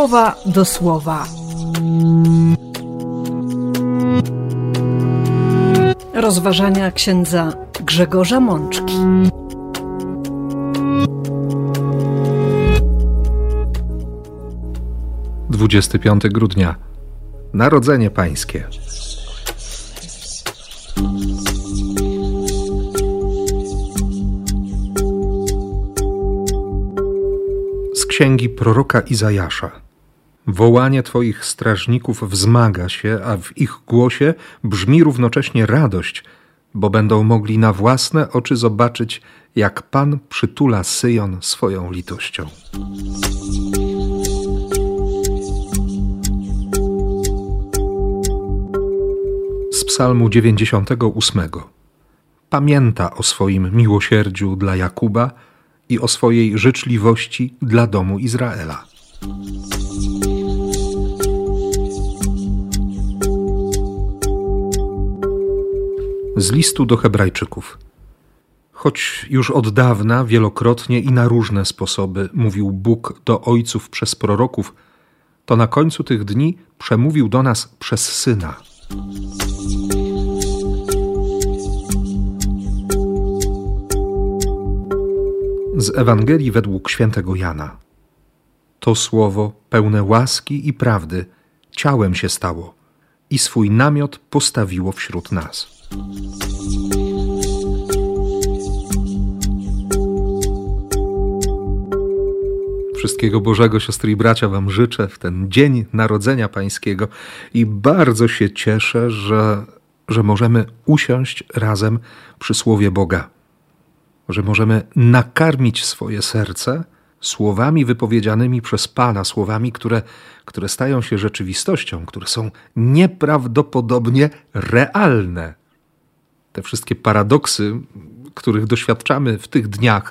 Słowa do słowa. Rozważania księdza Grzegorza Mączki. Dwudziesty 25 grudnia. Narodzenie Pańskie. Z księgi proroka Izajasza. Wołanie Twoich strażników wzmaga się, a w ich głosie brzmi równocześnie radość, bo będą mogli na własne oczy zobaczyć, jak Pan przytula Syjon swoją litością. Z Psalmu 98. Pamięta o swoim miłosierdziu dla Jakuba i o swojej życzliwości dla domu Izraela. Z listu do Hebrajczyków. Choć już od dawna, wielokrotnie i na różne sposoby mówił Bóg do ojców przez proroków, to na końcu tych dni przemówił do nas przez Syna. Z Ewangelii według świętego Jana. To słowo pełne łaski i prawdy ciałem się stało i swój namiot postawiło wśród nas. Wszystkiego Bożego, siostry i bracia, wam życzę w ten dzień Narodzenia Pańskiego i bardzo się cieszę, że możemy usiąść razem przy Słowie Boga, że możemy nakarmić swoje serce słowami wypowiedzianymi przez Pana, słowami, które stają się rzeczywistością, które są nieprawdopodobnie realne. Te wszystkie paradoksy, których doświadczamy w tych dniach,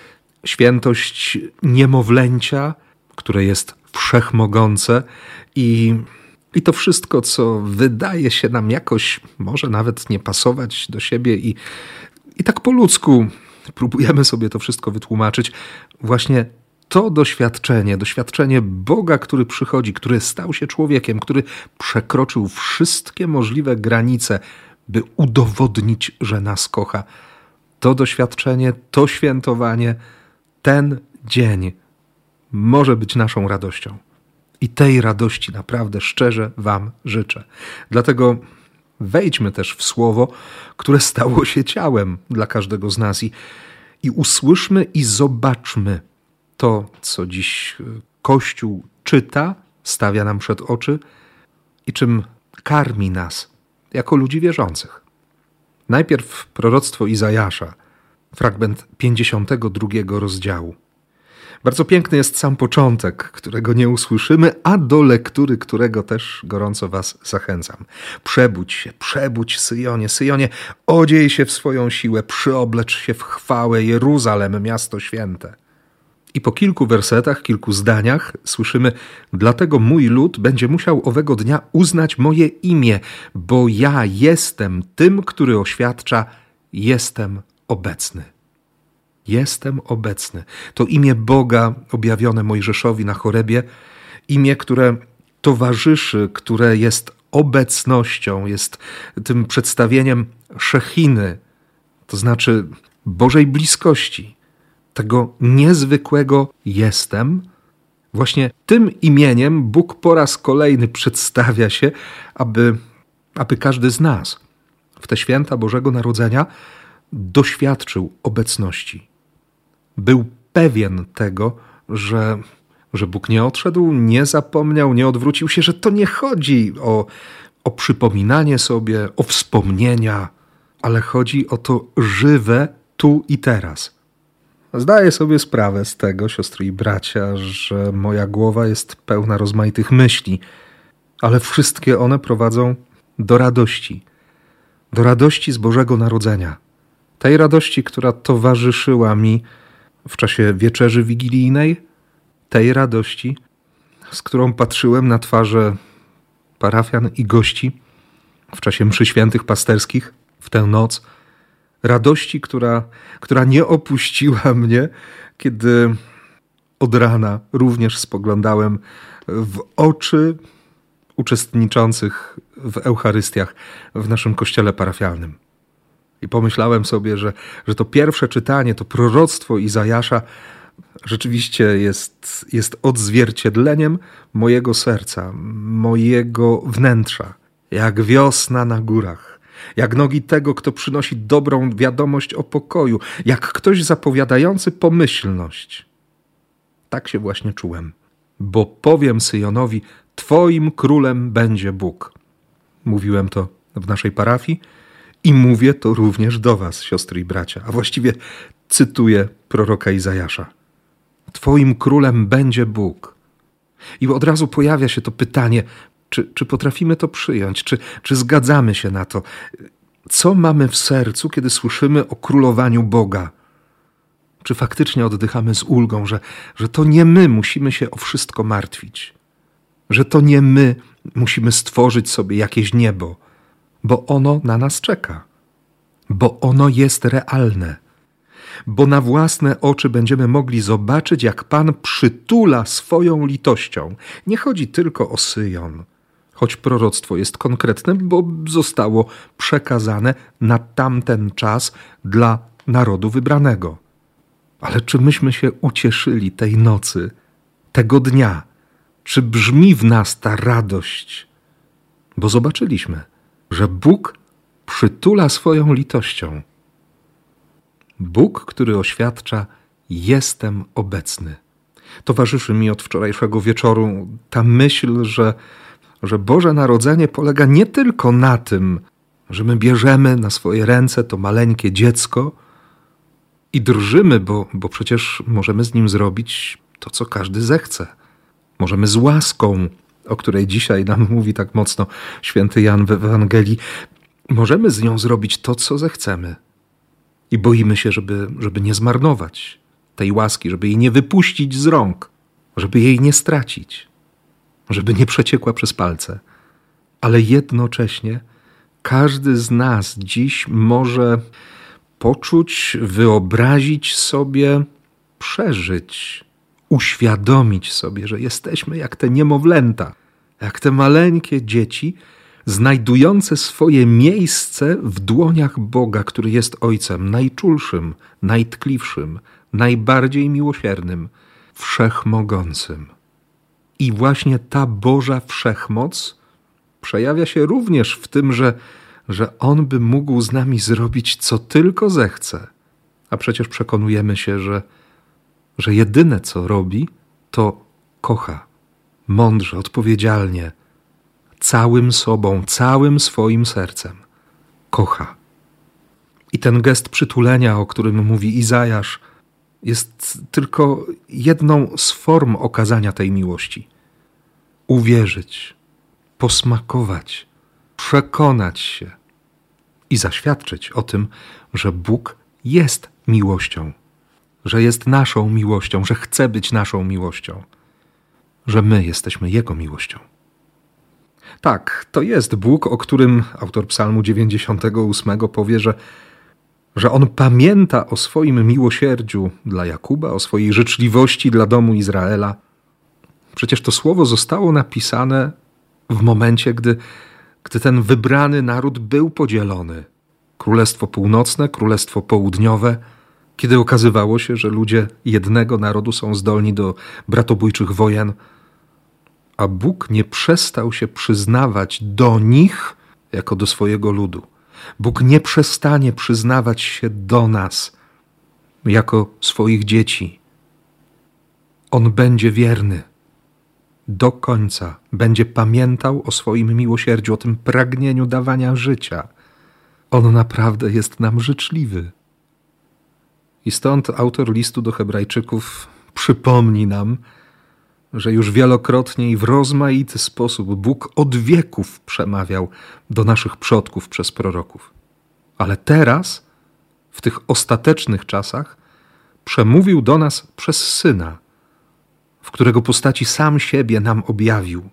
świętość niemowlęcia, które jest wszechmogące i to wszystko, co wydaje się nam jakoś może nawet nie pasować do siebie i tak po ludzku próbujemy sobie to wszystko wytłumaczyć. Właśnie to doświadczenie Boga, który przychodzi, który stał się człowiekiem, który przekroczył wszystkie możliwe granice, by udowodnić, że nas kocha. To doświadczenie, to świętowanie, ten dzień może być naszą radością. I tej radości naprawdę szczerze wam życzę. Dlatego wejdźmy też w słowo, które stało się ciałem dla każdego z nas i usłyszmy i zobaczmy to, co dziś Kościół czyta, stawia nam przed oczy i czym karmi nas jako ludzi wierzących. Najpierw proroctwo Izajasza, fragment 52 rozdziału. Bardzo piękny jest sam początek, którego nie usłyszymy, a do lektury którego też gorąco was zachęcam. Przebudź Syjonie, Syjonie, odziej się w swoją siłę, przyoblecz się w chwałę, Jeruzalem, miasto święte. I po kilku wersetach, kilku zdaniach słyszymy: dlatego mój lud będzie musiał owego dnia uznać moje imię, bo ja jestem tym, który oświadcza: jestem obecny. Jestem obecny. To imię Boga objawione Mojżeszowi na Chorebie, imię, które towarzyszy, które jest obecnością, jest tym przedstawieniem Szechiny, to znaczy Bożej bliskości, tego niezwykłego jestem. Właśnie tym imieniem Bóg po raz kolejny przedstawia się, aby każdy z nas w te święta Bożego Narodzenia doświadczył obecności. Był pewien tego, że Bóg nie odszedł, nie zapomniał, nie odwrócił się, że to nie chodzi o przypominanie sobie, o wspomnienia, ale chodzi o to żywe tu i teraz. Zdaję sobie sprawę z tego, siostry i bracia, że moja głowa jest pełna rozmaitych myśli, ale wszystkie one prowadzą do radości z Bożego Narodzenia. Tej radości, która towarzyszyła mi w czasie wieczerzy wigilijnej, tej radości, z którą patrzyłem na twarze parafian i gości w czasie mszy świętych pasterskich w tę noc, radości, która nie opuściła mnie, kiedy od rana również spoglądałem w oczy uczestniczących w Eucharystiach w naszym kościele parafialnym. I pomyślałem sobie, że to pierwsze czytanie, to proroctwo Izajasza rzeczywiście jest odzwierciedleniem mojego serca, mojego wnętrza. Jak wiosna na górach, jak nogi tego, kto przynosi dobrą wiadomość o pokoju, jak ktoś zapowiadający pomyślność. Tak się właśnie czułem. Bo powiem Syjonowi, Twoim królem będzie Bóg. Mówiłem to w naszej parafii i mówię to również do was, siostry i bracia, a właściwie cytuję proroka Izajasza. Twoim królem będzie Bóg. I od razu pojawia się to pytanie, czy potrafimy to przyjąć, czy zgadzamy się na to? Co mamy w sercu, kiedy słyszymy o królowaniu Boga? Czy faktycznie oddychamy z ulgą, że to nie my musimy się o wszystko martwić? Że to nie my musimy stworzyć sobie jakieś niebo, bo ono na nas czeka, bo ono jest realne, bo na własne oczy będziemy mogli zobaczyć, jak Pan przytula swoją litością. Nie chodzi tylko o Syjon, choć proroctwo jest konkretne, bo zostało przekazane na tamten czas dla narodu wybranego. Ale czy myśmy się ucieszyli tej nocy, tego dnia? Czy brzmi w nas ta radość? Bo zobaczyliśmy, że Bóg przytula swoją litością. Bóg, który oświadcza: jestem obecny. Towarzyszy mi od wczorajszego wieczoru ta myśl, że Boże Narodzenie polega nie tylko na tym, że my bierzemy na swoje ręce to maleńkie dziecko i drżymy, bo przecież możemy z nim zrobić to, co każdy zechce. Możemy z łaską, o której dzisiaj nam mówi tak mocno święty Jan w Ewangelii, możemy z nią zrobić to, co zechcemy. I boimy się, żeby nie zmarnować tej łaski, żeby jej nie wypuścić z rąk, żeby jej nie stracić, żeby nie przeciekła przez palce. Ale jednocześnie każdy z nas dziś może poczuć, wyobrazić sobie, przeżyć, uświadomić sobie, że jesteśmy jak te niemowlęta, jak te maleńkie dzieci, znajdujące swoje miejsce w dłoniach Boga, który jest Ojcem najczulszym, najtkliwszym, najbardziej miłosiernym, wszechmogącym. I właśnie ta Boża wszechmoc przejawia się również w tym, że On by mógł z nami zrobić, co tylko zechce. A przecież przekonujemy się, że jedyne, co robi, to kocha, mądrze, odpowiedzialnie, całym sobą, całym swoim sercem. Kocha. I ten gest przytulenia, o którym mówi Izajasz, jest tylko jedną z form okazania tej miłości. Uwierzyć, posmakować, przekonać się i zaświadczyć o tym, że Bóg jest miłością, że jest naszą miłością, że chce być naszą miłością, że my jesteśmy Jego miłością. Tak, to jest Bóg, o którym autor Psalmu 98 powie, że On pamięta o swoim miłosierdziu dla Jakuba, o swojej życzliwości dla domu Izraela. Przecież to słowo zostało napisane w momencie, gdy ten wybrany naród był podzielony. Królestwo Północne, Królestwo Południowe, kiedy okazywało się, że ludzie jednego narodu są zdolni do bratobójczych wojen, a Bóg nie przestał się przyznawać do nich jako do swojego ludu. Bóg nie przestanie przyznawać się do nas jako swoich dzieci. On będzie wierny do końca, będzie pamiętał o swoim miłosierdziu, o tym pragnieniu dawania życia. On naprawdę jest nam życzliwy. I stąd autor listu do Hebrajczyków przypomni nam, że już wielokrotnie i w rozmaity sposób Bóg od wieków przemawiał do naszych przodków przez proroków. Ale teraz, w tych ostatecznych czasach, przemówił do nas przez Syna, w którego postaci sam siebie nam objawił.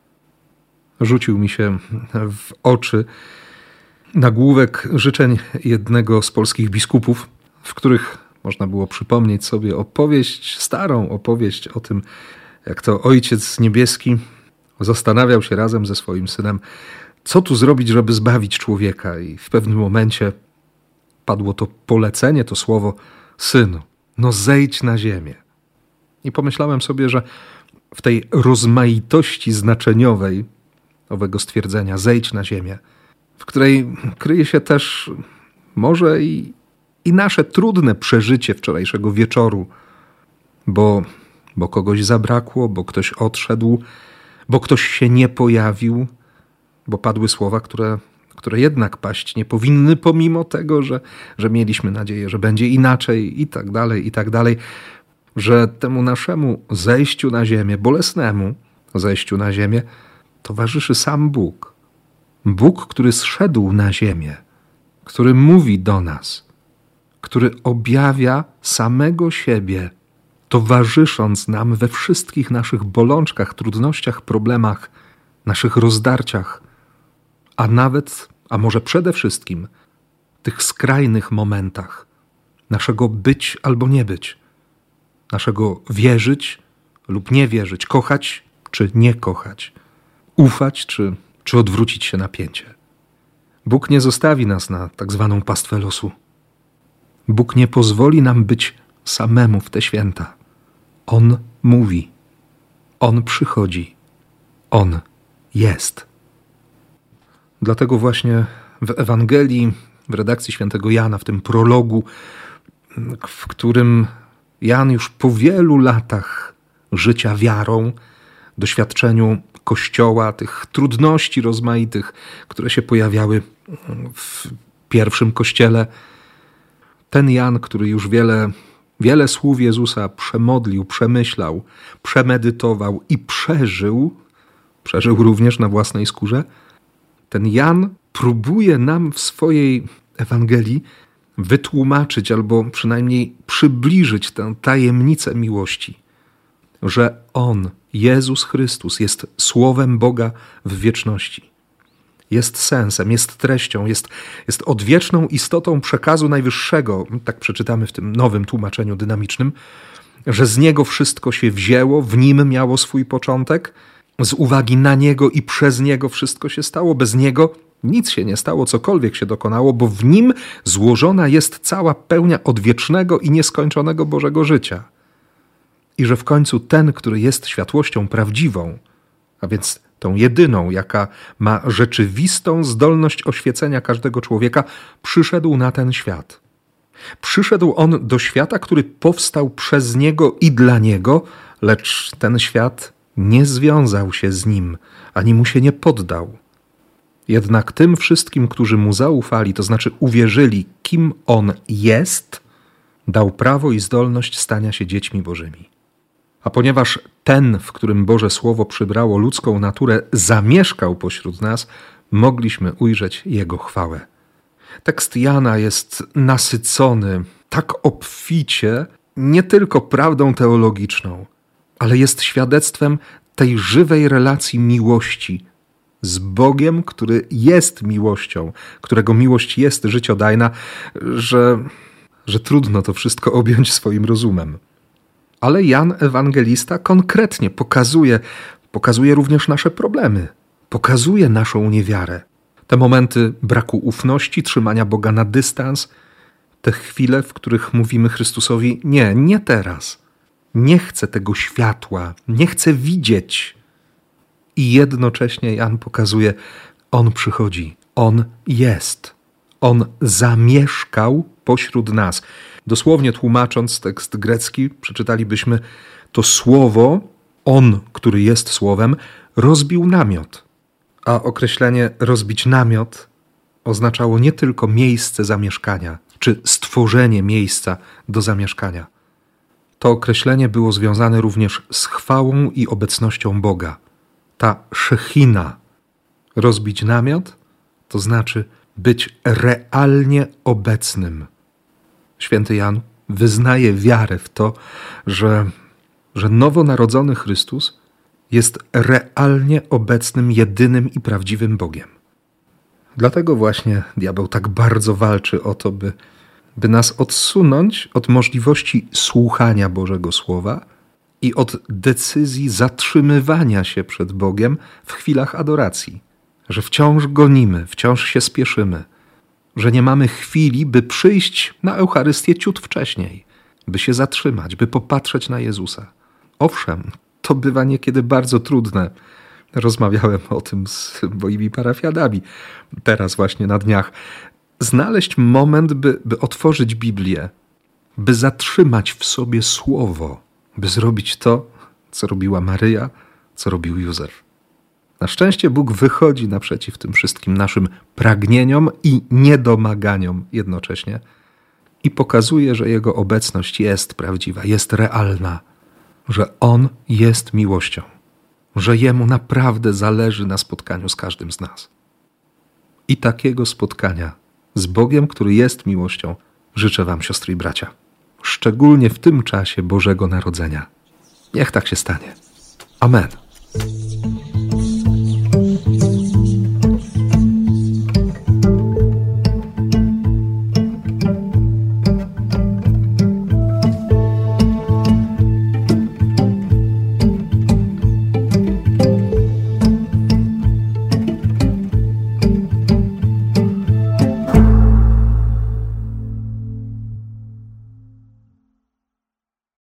Rzucił mi się w oczy nagłówek życzeń jednego z polskich biskupów, w których Można było przypomnieć sobie starą opowieść o tym, jak to Ojciec Niebieski zastanawiał się razem ze swoim Synem, co tu zrobić, żeby zbawić człowieka. I w pewnym momencie padło to polecenie, to słowo: Synu, zejdź na ziemię. I pomyślałem sobie, że w tej rozmaitości znaczeniowej owego stwierdzenia zejdź na ziemię, w której kryje się też może i nasze trudne przeżycie wczorajszego wieczoru, bo kogoś zabrakło, bo ktoś odszedł, bo ktoś się nie pojawił, bo padły słowa, które jednak paść nie powinny, pomimo tego, że mieliśmy nadzieję, że będzie inaczej i tak dalej, że temu naszemu zejściu na ziemię, bolesnemu zejściu na ziemię, towarzyszy sam Bóg. Bóg, który zszedł na ziemię, który mówi do nas, który objawia samego siebie, towarzysząc nam we wszystkich naszych bolączkach, trudnościach, problemach, naszych rozdarciach, a może przede wszystkim tych skrajnych momentach naszego być albo nie być, naszego wierzyć lub nie wierzyć, kochać czy nie kochać, ufać czy odwrócić się na pięcie. Bóg nie zostawi nas na tak zwaną pastwę losu. Bóg nie pozwoli nam być samemu w te święta. On mówi. On przychodzi. On jest. Dlatego właśnie w Ewangelii, w redakcji świętego Jana, w tym prologu, w którym Jan już po wielu latach życia wiarą, doświadczeniu Kościoła, tych trudności rozmaitych, które się pojawiały w pierwszym Kościele, ten Jan, który już wiele słów Jezusa przemodlił, przemyślał, przemedytował i przeżył również na własnej skórze, ten Jan próbuje nam w swojej Ewangelii wytłumaczyć albo przynajmniej przybliżyć tę tajemnicę miłości, że On, Jezus Chrystus, jest Słowem Boga w wieczności. Jest sensem, jest treścią, jest odwieczną istotą przekazu najwyższego. Tak przeczytamy w tym nowym tłumaczeniu dynamicznym, że z Niego wszystko się wzięło, w Nim miało swój początek, z uwagi na Niego i przez Niego wszystko się stało. Bez Niego nic się nie stało, cokolwiek się dokonało, bo w Nim złożona jest cała pełnia odwiecznego i nieskończonego Bożego życia. I że w końcu ten, który jest światłością prawdziwą, a więc tą jedyną, jaka ma rzeczywistą zdolność oświecenia każdego człowieka, przyszedł na ten świat. Przyszedł On do świata, który powstał przez Niego i dla Niego, lecz ten świat nie związał się z Nim, ani Mu się nie poddał. Jednak tym wszystkim, którzy Mu zaufali, to znaczy uwierzyli, kim On jest, dał prawo i zdolność stania się dziećmi Bożymi. A ponieważ ten, w którym Boże Słowo przybrało ludzką naturę, zamieszkał pośród nas, mogliśmy ujrzeć Jego chwałę. Tekst Jana jest nasycony tak obficie nie tylko prawdą teologiczną, ale jest świadectwem tej żywej relacji miłości z Bogiem, który jest miłością, którego miłość jest życiodajna, że trudno to wszystko objąć swoim rozumem. Ale Jan Ewangelista konkretnie pokazuje również nasze problemy, pokazuje naszą niewiarę. Te momenty braku ufności, trzymania Boga na dystans, te chwile, w których mówimy Chrystusowi: nie teraz. Nie chcę tego światła, nie chcę widzieć. I jednocześnie Jan pokazuje: On przychodzi, On jest, On zamieszkał pośród nas. Dosłownie tłumacząc tekst grecki, przeczytalibyśmy: to słowo, On, który jest słowem, rozbił namiot. A określenie rozbić namiot oznaczało nie tylko miejsce zamieszkania, czy stworzenie miejsca do zamieszkania. To określenie było związane również z chwałą i obecnością Boga. Ta szechina, rozbić namiot, to znaczy być realnie obecnym. Święty Jan wyznaje wiarę w to, że nowonarodzony Chrystus jest realnie obecnym, jedynym i prawdziwym Bogiem. Dlatego właśnie diabeł tak bardzo walczy o to, by nas odsunąć od możliwości słuchania Bożego Słowa i od decyzji zatrzymywania się przed Bogiem w chwilach adoracji, że wciąż gonimy, wciąż się spieszymy, że nie mamy chwili, by przyjść na Eucharystię ciut wcześniej, by się zatrzymać, by popatrzeć na Jezusa. Owszem, to bywa niekiedy bardzo trudne. Rozmawiałem o tym z moimi parafianami teraz właśnie na dniach. Znaleźć moment, by otworzyć Biblię, by zatrzymać w sobie Słowo, by zrobić to, co robiła Maryja, co robił Józef. Na szczęście Bóg wychodzi naprzeciw tym wszystkim naszym pragnieniom i niedomaganiom jednocześnie i pokazuje, że Jego obecność jest prawdziwa, jest realna, że On jest miłością, że Jemu naprawdę zależy na spotkaniu z każdym z nas. I takiego spotkania z Bogiem, który jest miłością, życzę wam, siostry i bracia, szczególnie w tym czasie Bożego Narodzenia. Niech tak się stanie. Amen.